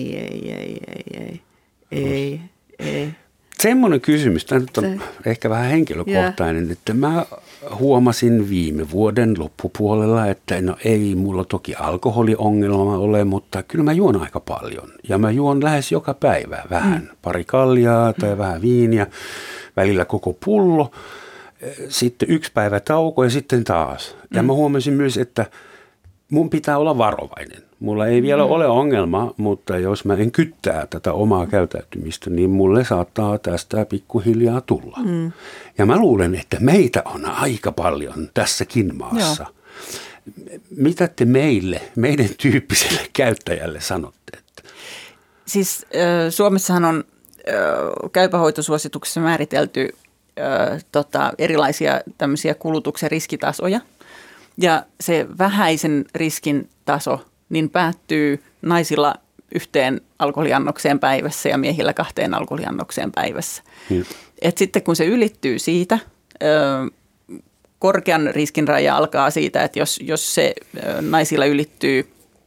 Ei. Semmoinen kysymys, tämä nyt on ehkä vähän henkilökohtainen, että mä huomasin viime vuoden loppupuolella, että no ei mulla toki alkoholiongelma ole, mutta kyllä mä juon aika paljon. Ja mä juon lähes joka päivä vähän, pari kaljaa tai vähän viiniä, välillä koko pullo, sitten 1 päivä tauko ja sitten taas. Ja mä huomasin myös, että mun pitää olla varovainen. Mulla ei vielä ole ongelma, mutta jos mä en kyttää tätä omaa käyttäytymistä, niin mulle saattaa tästä pikkuhiljaa tulla. Ja mä luulen, että meitä on aika paljon tässäkin maassa. Joo. Mitä te meidän tyyppiselle käyttäjälle sanotte? Siis Suomessahan on käypähoitosuosituksessa määritelty erilaisia tämmöisiä kulutuksen riskitasoja. Ja se vähäisen riskin taso niin päättyy naisilla 1 alkoholiannokseen päivässä ja miehillä 2 alkoholiannokseen päivässä. Et sitten kun se ylittyy siitä, korkean riskin raja alkaa siitä, että jos se naisilla ylittyy,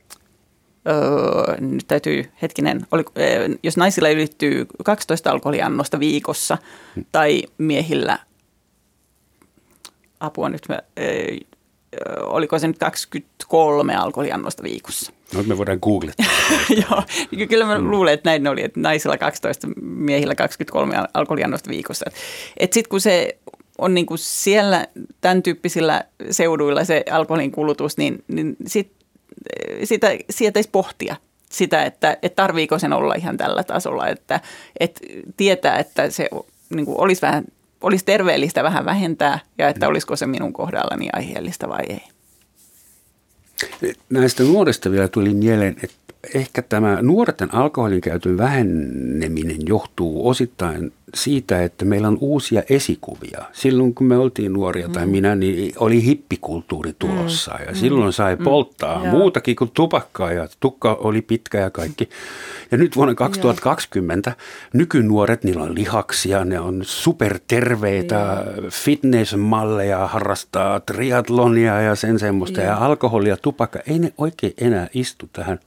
nyt täytyy jos naisilla ylittyy 12 alkoholiannosta viikossa tai miehillä, oliko se nyt 23 alkoholiannosta viikossa? No me voidaan googlettaa. Joo, kyllä mä luulen, että näin oli, että naisilla 12, miehillä 23 alkoholiannosta viikossa. Että sitten kun se on niin kuin siellä tämän tyyppisillä seuduilla se alkoholin kulutus, niin sietäisi pohtia sitä, että tarviiko sen olla ihan tällä tasolla, että tietää, että se niin kuin olisi terveellistä vähän vähentää ja että olisiko se minun kohdallani aiheellista vai ei. Näistä nuorista vielä tuli mieleen, että ehkä tämä nuorten alkoholin käytön väheneminen johtuu osittain siitä, että meillä on uusia esikuvia. Silloin kun me oltiin nuoria tai minä, niin oli hippikulttuuri tulossa ja silloin sai polttaa muutakin kuin tupakkaa ja tukka oli pitkä ja kaikki. Ja nyt vuonna 2020 nykynuoret, niillä on lihaksia, ne on superterveitä, fitnessmalleja, harrastaa triathlonia ja sen semmoista ja alkoholia, tupakka, ei ne oikein enää istu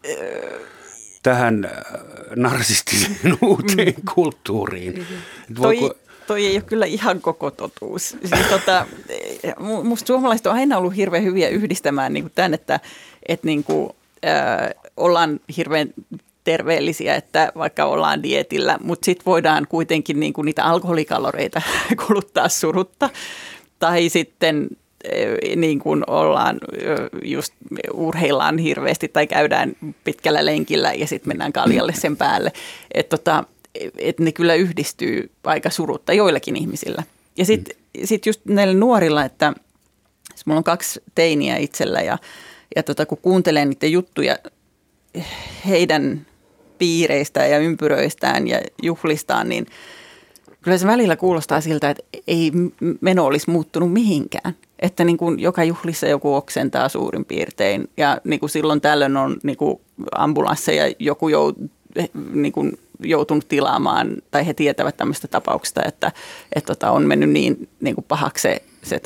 tähän narsistiseen uuteen kulttuuriin. Toi ei ole kyllä ihan koko totuus. Siis musta suomalaiset on aina ollut hirveän hyviä yhdistämään niin kuin tämän, että niin kuin, ollaan hirveän terveellisiä, että vaikka ollaan dietillä, mutta sitten voidaan kuitenkin niin kuin niitä alkoholikaloreita kuluttaa surutta. Tai sitten niin kuin ollaan just urheillaan hirveästi tai käydään pitkällä lenkillä ja sitten mennään kaljalle sen päälle. Että ne kyllä yhdistyy aika surutta joillakin ihmisillä. Ja sitten just näillä nuorilla, että mulla on 2 teiniä itsellä ja kun kuuntelee niiden juttuja heidän piireistään ja ympyröistään ja juhlistaan, niin kyllä se välillä kuulostaa siltä, että ei meno olisi muuttunut mihinkään. Että niin kuin joka juhlissa joku oksentaa suurin piirtein ja niin kuin silloin tällöin on niin kuin ambulansseja joku niin kuin joutunut tilaamaan tai he tietävät tämmöistä tapauksesta, että on mennyt niin kuin pahaksi se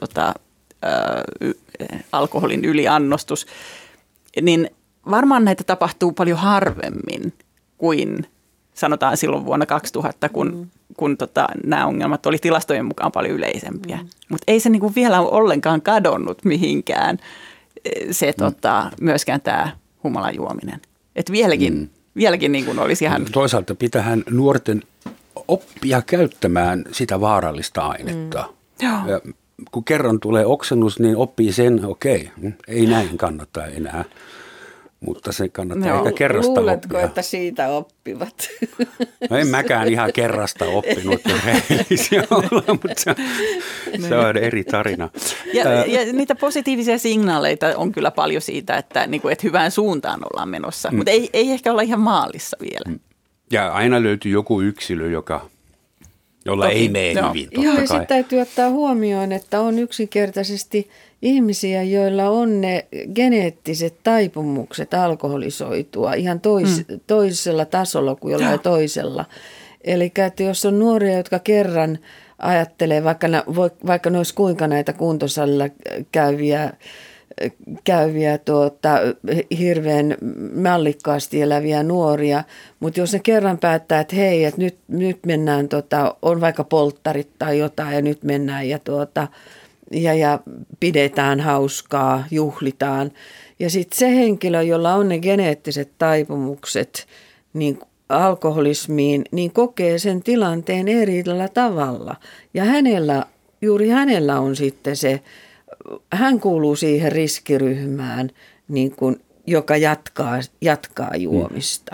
alkoholin yliannostus. Niin varmaan näitä tapahtuu paljon harvemmin kuin sanotaan silloin vuonna 2000, kun nämä ongelmat oli tilastojen mukaan paljon yleisempiä. Mutta ei se niinku vielä ole ollenkaan kadonnut mihinkään se myöskään tämä humalan juominen. Että vieläkin niin kuin olisi ihan... Toisaalta pitähän nuorten oppia käyttämään sitä vaarallista ainetta. Ja kun kerran tulee oksennus, niin oppii sen, ei näin kannata enää. Mutta se kannattaa ehkä kerrasta luuletko, oppia. että siitä oppivat? No en mäkään ihan kerrasta oppinut rehellisiä olla, mutta se on eri tarina. Ja niitä positiivisia signaaleita on kyllä paljon siitä, että hyvään suuntaan ollaan menossa, mutta ei ehkä olla ihan maalissa vielä. Ja aina löytyy joku yksilö, jolla ei mene hyvin. Joo, ja sitten täytyy ottaa huomioon, että on yksinkertaisesti ihmisiä, joilla on ne geneettiset taipumukset alkoholisoitua ihan toisella tasolla kuin jollain toisella. Eli että jos on nuoria, jotka kerran ajattelee, vaikka ne olisi kuinka näitä kuntosalilla käyviä hirveän mallikkaasti eläviä nuoria, mutta jos ne kerran päättää, että hei, että nyt mennään, on vaikka polttarit tai jotain ja nyt mennään ja pidetään hauskaa, juhlitaan. Ja sitten se henkilö, jolla on ne geneettiset taipumukset niin alkoholismiin, niin kokee sen tilanteen eri tavalla. Ja juuri hänellä on sitten hän kuuluu siihen riskiryhmään, niin kuin, joka jatkaa juomista.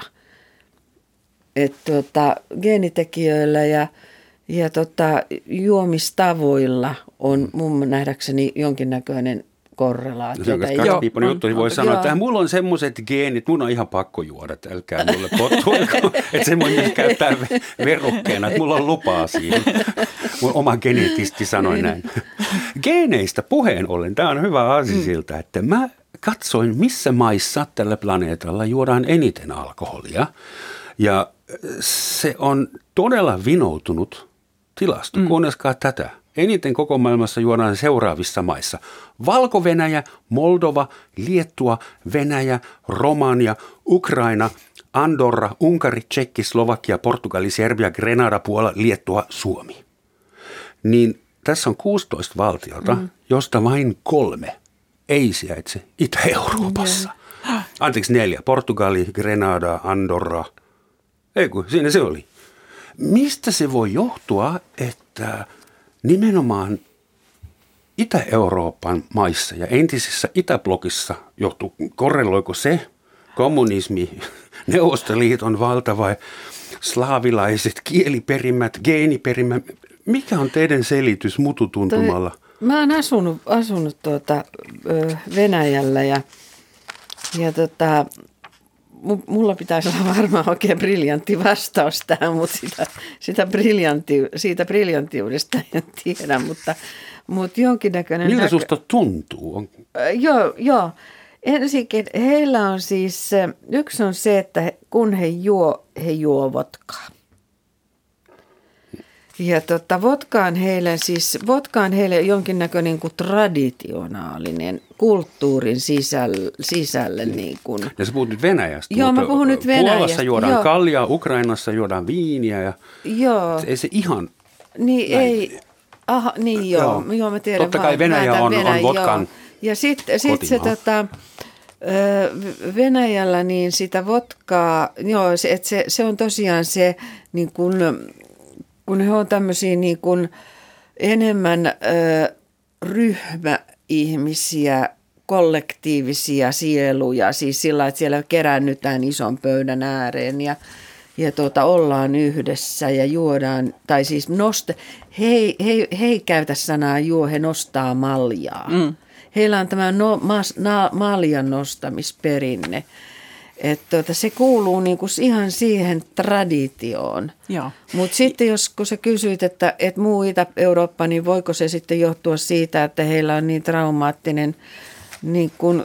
Geenitekijöillä ja juomistavoilla on mun nähdäkseni jonkinnäköinen korrelaatiota. Se on kaksipiippunen juttu, niin voi sanoa, että mulla on semmoiset geenit, mun on ihan pakko juoda, että älkää mulle pottuiko, että se voi käyttää verukkeena, että mulla on lupaa siihen. Mun oma genetisti sanoi näin. Geeneistä puheen ollen, tämä on hyvä asia siltä, että mä katsoin, missä maissa tällä planeetalla juodaan eniten alkoholia, ja se on todella vinoutunut tilasto. Kuunnelkaa tätä. Eniten koko maailmassa juodaan seuraavissa maissa. Valko-Venäjä, Moldova, Liettua, Venäjä, Romania, Ukraina, Andorra, Unkari, Tšekki, Slovakia, Portugali, Serbia, Grenada, Puola, Liettua, Suomi. Niin tässä on 16 valtiota, josta vain 3 ei sijaitse Itä-Euroopassa. Anteeksi 4. Portugali, Grenada, Andorra. Ei kun, siinä se oli. Mistä se voi johtua, että nimenomaan Itä-Euroopan maissa ja entisissä Itäblokissa korreloiko se kommunismi, Neuvostoliiton valta vai slaavilaiset kieliperimät, geeniperimät? Mikä on teidän selitys mututuntumalla? Mä oon asunut Venäjällä ja mulla pitäisi olla varmaan oikein briljantti vastaus tähän, mutta siitä briljanttiudesta en tiedä, mutta jonkinnäköinen... Miltä susta tuntuu? Joo. Ensinnäkin heillä on siis, yksi on se, että kun he juo vodkaa. Ja vodka on heille jonkinnäköinen niin kuin traditionaalinen kulttuurin sisälle. Niin kuin. Ja sä puhut nyt Venäjästä. Joo, mä puhun nyt Venäjästä. Puolassa juodaan kaljaa, Ukrainassa juodaan viiniä. Ja joo. Ei se ihan niin, näin. ei. Aha, niin joo mä tiedän. Totta kai Venäjä on vodkan joo. Ja sitten se Venäjällä niin sitä vodkaa, joo, se on tosiaan se niin kuin, kun he on tämmöisiä niin kuin enemmän ryhmäihmisiä, kollektiivisia sieluja, siis sillä, että siellä keräännytään ison pöydän ääreen ja ollaan yhdessä ja juodaan, tai siis he ei käytä sanaa juo, he nostaa maljaa. Heillä on tämä maljan nostamisperinne. Että se kuuluu niinku ihan siihen traditioon. Mutta sitten kun sä kysyit, että muu Itä-Eurooppa, niin voiko se sitten johtua siitä, että heillä on niin traumaattinen niin kun,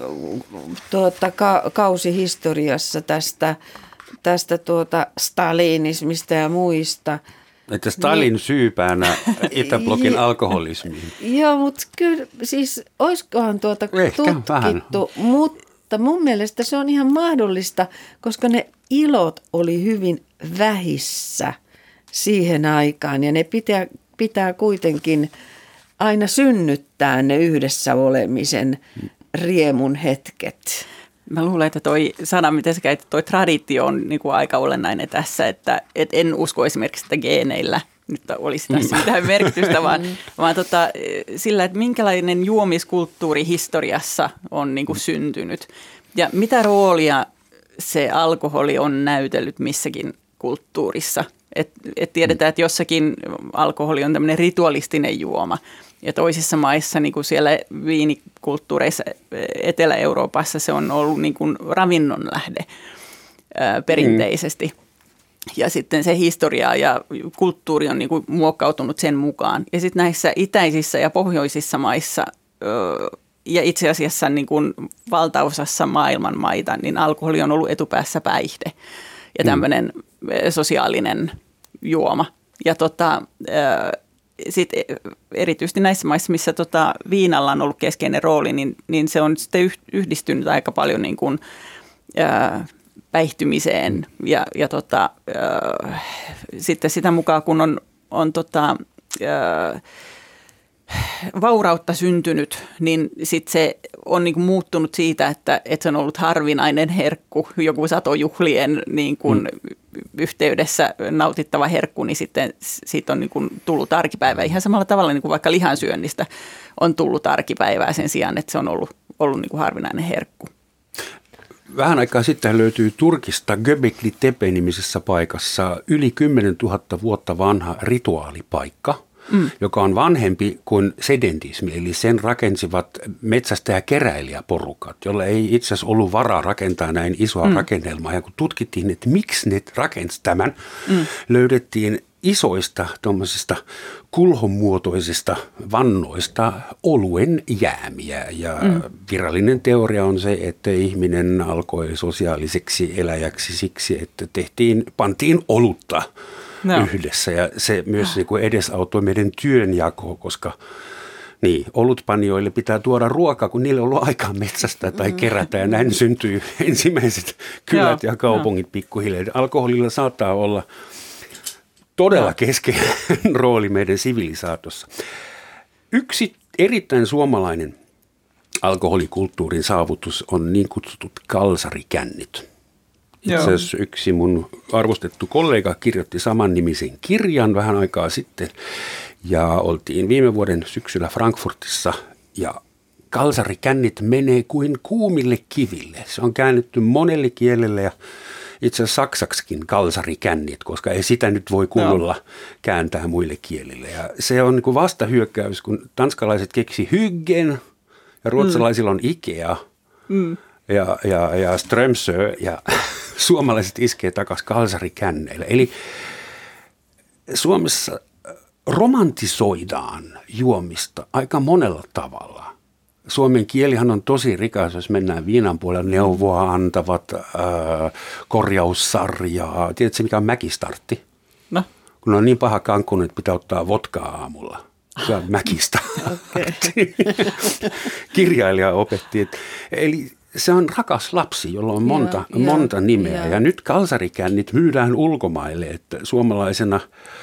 kausi historiassa tästä stalinismista ja muista. Että Stalin syypäänä Itäblokin alkoholismiin. Joo, mutta kyllä siis olisikohan tutkittu, mutta mun mielestä se on ihan mahdollista, koska ne ilot oli hyvin vähissä siihen aikaan ja ne pitää kuitenkin aina synnyttää ne yhdessä olemisen riemun hetket. Mä luulen, että toi sana, miten sä käytit, toi traditio on niin kuin aika olennainen tässä, että en usko esimerkiksi, että geeneillä nyt olisi tässä mitään merkitystä, vaan sillä, että minkälainen juomiskulttuuri historiassa on niin kuin syntynyt ja mitä roolia se alkoholi on näytellyt missäkin kulttuurissa. Et tiedetään, että jossakin alkoholi on tämmöinen ritualistinen juoma ja toisissa maissa, niin kuin siellä viinikulttuureissa Etelä-Euroopassa, se on ollut niin kuin ravinnon lähde perinteisesti. Ja sitten se historia ja kulttuuri on niin kuin muokkautunut sen mukaan. Ja sitten näissä itäisissä ja pohjoisissa maissa ja itse asiassa niin kuin valtaosassa maailman maita, niin alkoholi on ollut etupäässä päihde ja tämmöinen sosiaalinen juoma. Ja sitten erityisesti näissä maissa, missä viinalla on ollut keskeinen rooli, niin se on sitten yhdistynyt aika paljon niin kuin, päihtymiseen ja sitten sitä mukaan, kun on vaurautta syntynyt, niin sitten se on niin kuin muuttunut siitä, että se on ollut harvinainen herkku, joku satojuhlien niin kuin yhteydessä nautittava herkku, niin sitten siitä on niin kuin tullut arkipäivä. Ihan samalla tavalla niin kuin vaikka lihansyönnistä on tullut arkipäivää sen sijaan, että se on ollut niin kuin harvinainen herkku. Vähän aikaa sitten löytyy Turkista Göbekli Tepe-nimisessä paikassa yli 10 000 vuotta vanha rituaalipaikka, joka on vanhempi kuin sedentismi, eli sen rakensivat metsästäjä-keräilijäporukat, jolla ei itse asiassa ollut varaa rakentaa näin isoa rakennelmaa. Ja kun tutkittiin, että miksi ne rakensi tämän, löydettiin isoista tuommoisista kulhonmuotoisista vannoista oluen jäämiä. Ja virallinen teoria on se, että ihminen alkoi sosiaaliseksi eläjäksi siksi, että pantiin olutta yhdessä. Ja se myös niin kuin edesauttoi meidän työnjakoa, koska olutpanijoille pitää tuoda ruokaa, kun niillä on ollut aikaa metsästä tai kerätä. Ja näin syntyy ensimmäiset kylät ja kaupungit pikkuhiljaa. Alkoholilla saattaa olla todella keskeinen rooli meidän sivilisaatossa. Yksi erittäin suomalainen alkoholikulttuurin saavutus on niin kutsutut kalsarikännit. Itse asiassa yksi mun arvostettu kollega kirjoitti samannimisen kirjan vähän aikaa sitten ja oltiin viime vuoden syksyllä Frankfurtissa ja kalsarikännit menee kuin kuumille kiville. Se on käännetty monelle kielelle ja itse asiassa saksaksikin kalsarikännit, koska ei sitä nyt voi kunnolla kääntää muille kielille. Ja se on niin kuin vastahyökkäys, kun tanskalaiset keksi Hyggen ja ruotsalaisilla on Ikea ja Strömsö ja suomalaiset iskee takaisin kalsarikänneille. Eli Suomessa romantisoidaan juomista aika monella tavalla. Suomen kielihan on tosi rikas, jos mennään viinan puolella, neuvoa antavat, korjaussarjaa. Tiedätkö, mikä on mäkistartti? No. Kun on niin paha kankkunut, että pitää ottaa vodkaa aamulla. Se on mäkistartti. Kirjailija opetti. Eli se on rakas lapsi, jolla on monta nimeä. Ja nyt kalsarikännit myydään ulkomaille, että suomalaisena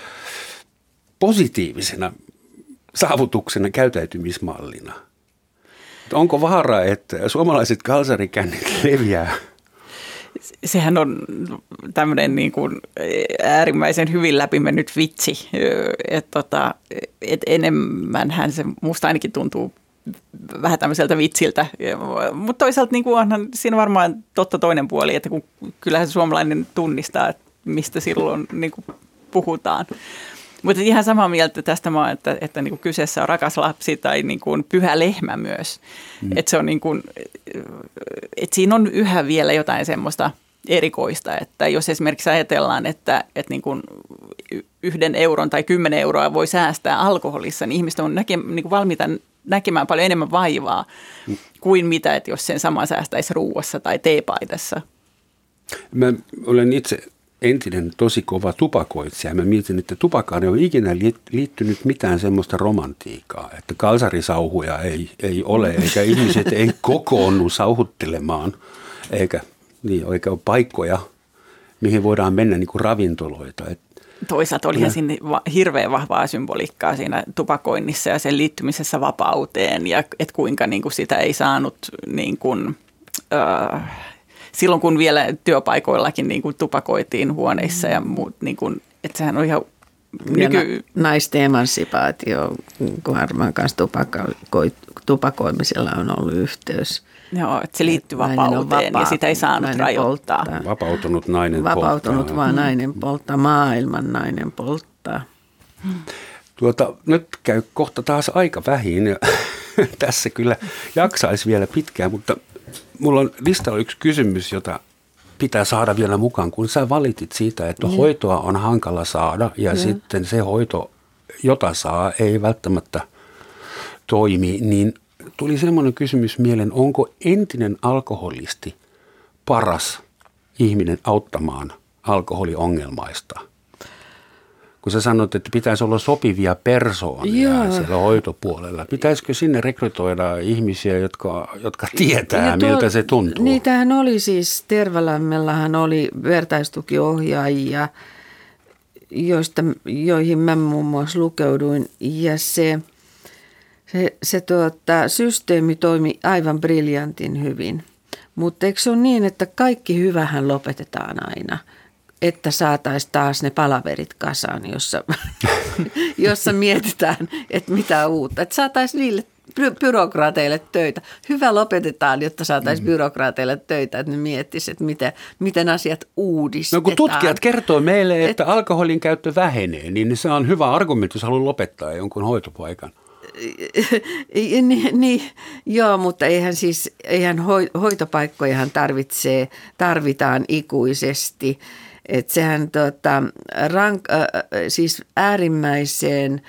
positiivisena saavutuksena käyttäytymismallina. Onko vaara, että suomalaiset kalsarikännit leviää? Sehän on tämmöinen niin kuin äärimmäisen hyvin läpimennyt vitsi, että enemmänhän se musta ainakin tuntuu vähän tämmöiseltä vitsiltä, mutta toisaalta niin kuin onhan siinä varmaan totta toinen puoli, että kun kyllähän se suomalainen tunnistaa, että mistä silloin niin kuin puhutaan. Mutta ihan samaa mieltä tästä mä oon, että niin kuin kyseessä on rakas lapsi tai niin kuin pyhä lehmä myös. Että se on niin kuin, että siinä on yhä vielä jotain semmoista erikoista, että jos esimerkiksi ajatellaan, että niin kuin 1 euron tai 10 euroa voi säästää alkoholissa, niin ihmiset on niin kuin valmiita näkemään paljon enemmän vaivaa kuin mitä, että jos sen sama säästäisi ruuassa tai teepaidassa. Mä olen itse entinen tosi kova tupakoitsija. Mä mietin, että tupakkaan ei ole ikinä liittynyt mitään semmoista romantiikkaa, että kalsarisauhuja ei ole, eikä ihmiset ei kokoonnu sauhuttelemaan, eikä ole paikkoja, mihin voidaan mennä niin kuin ravintoloita. Toisaalta olihan siinä hirveän vahvaa symboliikkaa siinä tupakoinnissa ja sen liittymisessä vapauteen ja että kuinka niin kuin sitä ei saanut niin kuin, silloin kun vielä työpaikoillakin niin kuin tupakoitiin huoneissa ja muut, niin kuin, että sehän on ihan naisten emansipaatio, kun varmaan kanssa tupakoimisella on ollut yhteys. Joo, että se liittyy vapauteen ja sitä ei saanut rajoittaa. Vapautunut nainen polttaa. Vapautunut vaan nainen polttaa, maailman nainen polttaa. Nyt käy kohta taas aika vähin ja tässä kyllä jaksaisi vielä pitkään, mutta mulla on listalla yksi kysymys, jota pitää saada vielä mukaan, kun sä valitit siitä, että hoitoa on hankala saada ja sitten se hoito, jota saa, ei välttämättä toimi, niin tuli semmoinen kysymys mieleen, onko entinen alkoholisti paras ihminen auttamaan alkoholiongelmaista? Kun sä sanoit, että pitäisi olla sopivia persoonia siellä hoitopuolella, pitäisikö sinne rekrytoida ihmisiä, jotka tietää, miltä se tuntuu? Niitähän oli siis, Tervalammellahan oli vertaistukiohjaajia, joihin mä muun muassa lukeuduin, ja se systeemi toimi aivan briljantin hyvin. Mutta eikö se ole niin, että kaikki hyvähän lopetetaan aina, että saataisiin taas ne palaverit kasaan, jossa mietitään, että mitä uutta. Että saataisiin niille byrokraateille töitä. Hyvä, lopetetaan, jotta saataisiin byrokraateille töitä, että ne miettisivät, että miten asiat uudistetaan. No kun tutkijat kertoo meille, että alkoholin käyttö vähenee, niin se on hyvä argumentti, jos haluaa lopettaa jonkun hoitopaikan. Niin, joo, mutta eihän hoitopaikkojahan tarvitaan ikuisesti. Että sehän siis äärimmäiseen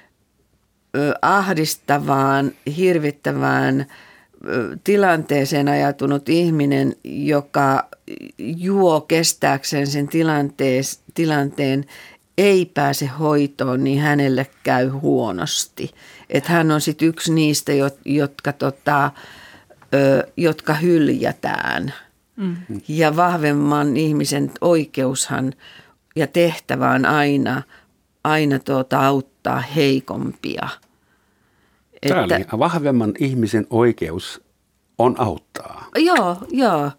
ahdistavaan, hirvittävään tilanteeseen ajatunut ihminen, joka juo kestääkseen sen tilanteen, ei pääse hoitoon, niin hänelle käy huonosti. Että hän on sitten yksi niistä, jotka hyljätään. Ja vahvemman ihmisen oikeushan ja tehtävä on aina auttaa heikompia. Vahvemman ihmisen oikeus on auttaa. Joo.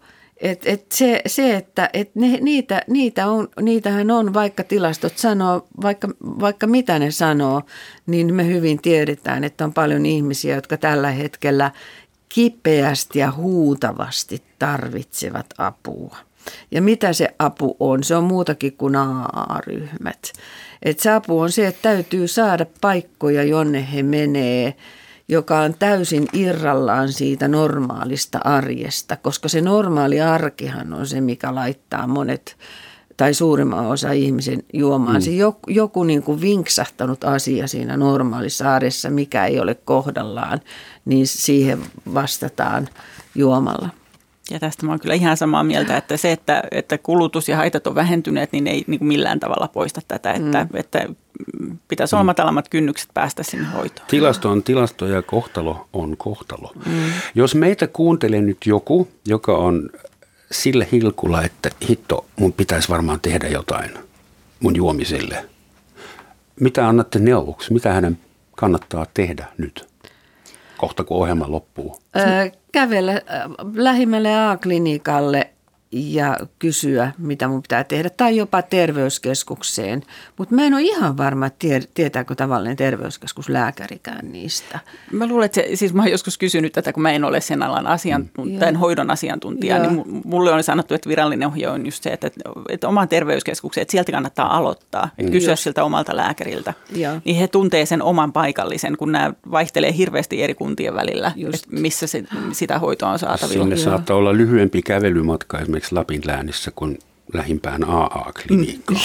Niitähän on, vaikka tilastot sanoo, vaikka mitä ne sanoo, niin me hyvin tiedetään, että on paljon ihmisiä, jotka tällä hetkellä kipeästi ja huutavasti tarvitsevat apua. Ja mitä se apu on? Se on muutakin kuin A-ryhmät. Et se apu on se, että täytyy saada paikkoja, jonne he menee, joka on täysin irrallaan siitä normaalista arjesta, koska se normaali arkihan on se, mikä laittaa monet tai suurimman osa ihmisen juomaan. Se joku niin kuin vinksahtanut asia siinä normaalissa arjessa, mikä ei ole kohdallaan, niin siihen vastataan juomalla. Ja tästä mä oon kyllä ihan samaa mieltä, että se, että kulutus ja haitat on vähentyneet, niin ei niin kuin millään tavalla poista tätä, että pitäisi olla matalammat kynnykset päästä sinne hoitoon. Tilasto on tilasto ja kohtalo on kohtalo. Jos meitä kuuntelee nyt joku, joka on sillä hilkulla, että hitto, mun pitäisi varmaan tehdä jotain mun juomiselle. Mitä annatte neuvoksi? Mitä hänen kannattaa tehdä nyt? Kohta kun ohjelma loppuu. Kävellä lähimmälle A-klinikalle ja kysyä, mitä mun pitää tehdä, tai jopa terveyskeskukseen. Mutta mä en ole ihan varma, että tietääkö tavallinen terveyskeskuslääkärikään niistä. Mä luulen, että mä oon joskus kysynyt tätä, kun mä en ole sen alan tämän hoidon asiantuntija, niin mulle on sanottu, että virallinen ohje on just se, että oman terveyskeskuksen, että sieltä kannattaa aloittaa, että kysyä siltä omalta lääkäriltä. Niin he tuntee sen oman paikallisen, kun nämä vaihtelee hirveästi eri kuntien välillä, että missä sitä hoitoa on saatavilla. Sinne saattaa olla lyhyempi kävelymatka esimerkiksi Lapin läänissä kuin lähimpään AA-kliniikkaan.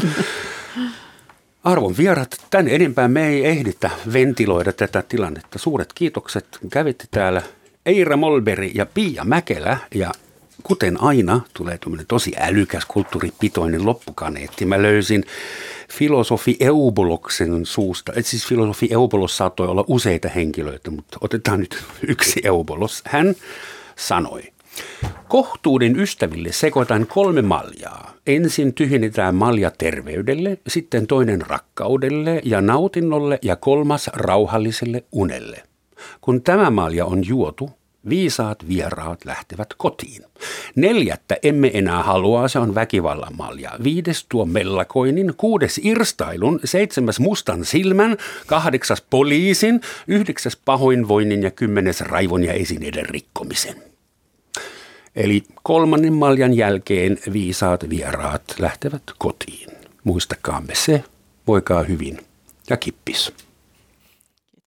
Arvon vierat, tän enempää me ei ehditä ventiloida tätä tilannetta. Suuret kiitokset. Kävitte täällä Eira Molberg ja Pia Mäkelä ja kuten aina tulee tuommoinen tosi älykäs kulttuuripitoinen loppukaneetti. Mä löysin filosofi Euboloksen suusta. Siis filosofi Eubolos saattoi olla useita henkilöitä, mutta otetaan nyt yksi Eubolos. Hän sanoi: kohtuuden ystäville sekoitan 3 maljaa. Ensin tyhjennetään malja terveydelle, sitten toinen rakkaudelle ja nautinnolle ja 3. rauhalliselle unelle. Kun tämä malja on juotu, viisaat vieraat lähtevät kotiin. 4. emme enää halua, se on väkivallan malja. 5. tuo mellakoinnin, 6. irstailun, 7. mustan silmän, 8. poliisin, 9. pahoinvoinnin ja 10. raivon ja esineiden rikkomisen. Eli 3. maljan jälkeen viisaat vieraat lähtevät kotiin. Muistakaamme se, voikaa hyvin ja kippis.